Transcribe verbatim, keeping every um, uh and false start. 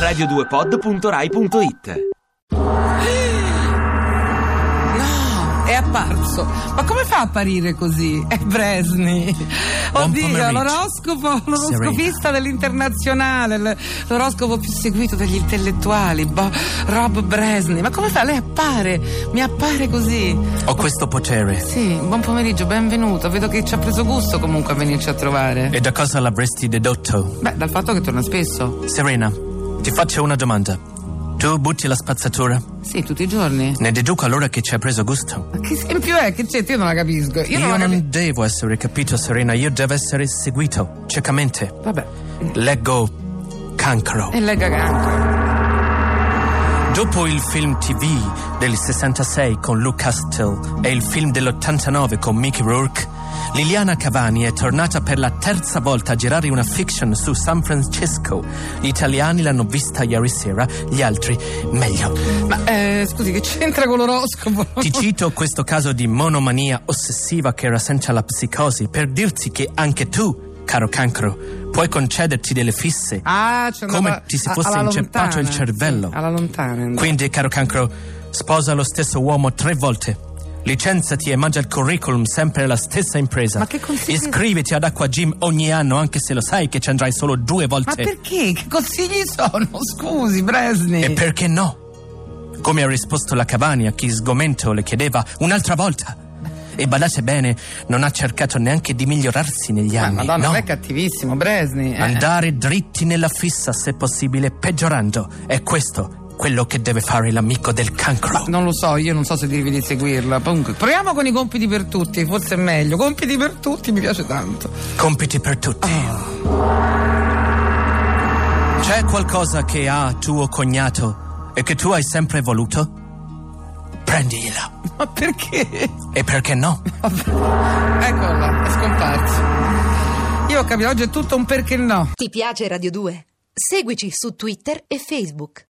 radio due pod punto rai punto it. È apparso. Ma come fa a apparire così? È Bresni. Oddio, l'oroscopo, l'oroscopista dell'Internazionale, l'oroscopo più seguito dagli intellettuali, Bo- Rob Bresni. Ma come fa? Lei appare, mi appare così. Ho questo potere. Sì, buon pomeriggio, benvenuto. Vedo che ci ha preso gusto comunque a venirci a trovare. E da cosa l'avresti dedotto? Beh, dal fatto che torna spesso. Serena, ti faccio una domanda. Tu butti la spazzatura? Sì, tutti i giorni. Ne deduco allora che ci ha preso gusto. Ma che esempio è? Che c'è? Io non la capisco. Io, Io non, non, la capi- devo essere capito, Serena. Io devo essere seguito ciecamente. Vabbè. Leggo Cancro. E legga Cancro. Dopo il film tivù del sessantasei con Luke Castle e il film dell'ottantanove con Mickey Rourke, Liliana Cavani è tornata per la terza volta a girare una fiction su San Francisco. Gli italiani l'hanno vista ieri sera, gli altri meglio. Ma eh, scusi, che c'entra con l'oroscopo? Ti cito questo caso di monomania ossessiva che rasenta la psicosi per dirti che anche tu, caro Cancro, puoi concederti delle fisse, ah, c'è come ti si fosse inceppato il cervello. Sì, alla lontana. Quindi, caro Cancro, sposa lo stesso uomo tre volte. Licenziati e mangia il curriculum sempre alla stessa impresa. Ma che consigli? Iscriviti ad Acqua Gym ogni anno, anche se lo sai che ci andrai solo due volte. Ma perché? Che consigli sono? Scusi, Bresni. E perché no? Come ha risposto la Cavani a chi sgomento le chiedeva un'altra volta. E badate bene, non ha cercato neanche di migliorarsi negli anni. Ma Madonna, no. non è cattivissimo, Bresni. Eh. Andare dritti nella fissa, se possibile, peggiorando. È questo quello che deve fare l'amico del Cancro. Non lo so, io non so se devi seguirla. Comunque, proviamo con i compiti per tutti, forse è meglio. Compiti per tutti mi piace tanto. Compiti per tutti. Oh. C'è qualcosa che ha tuo cognato e che tu hai sempre voluto? Prendila. Ma perché? E perché no? Eccola, è scomparso. Io ho capito, oggi è tutto un perché no. Ti piace Radio due? Seguici su Twitter e Facebook.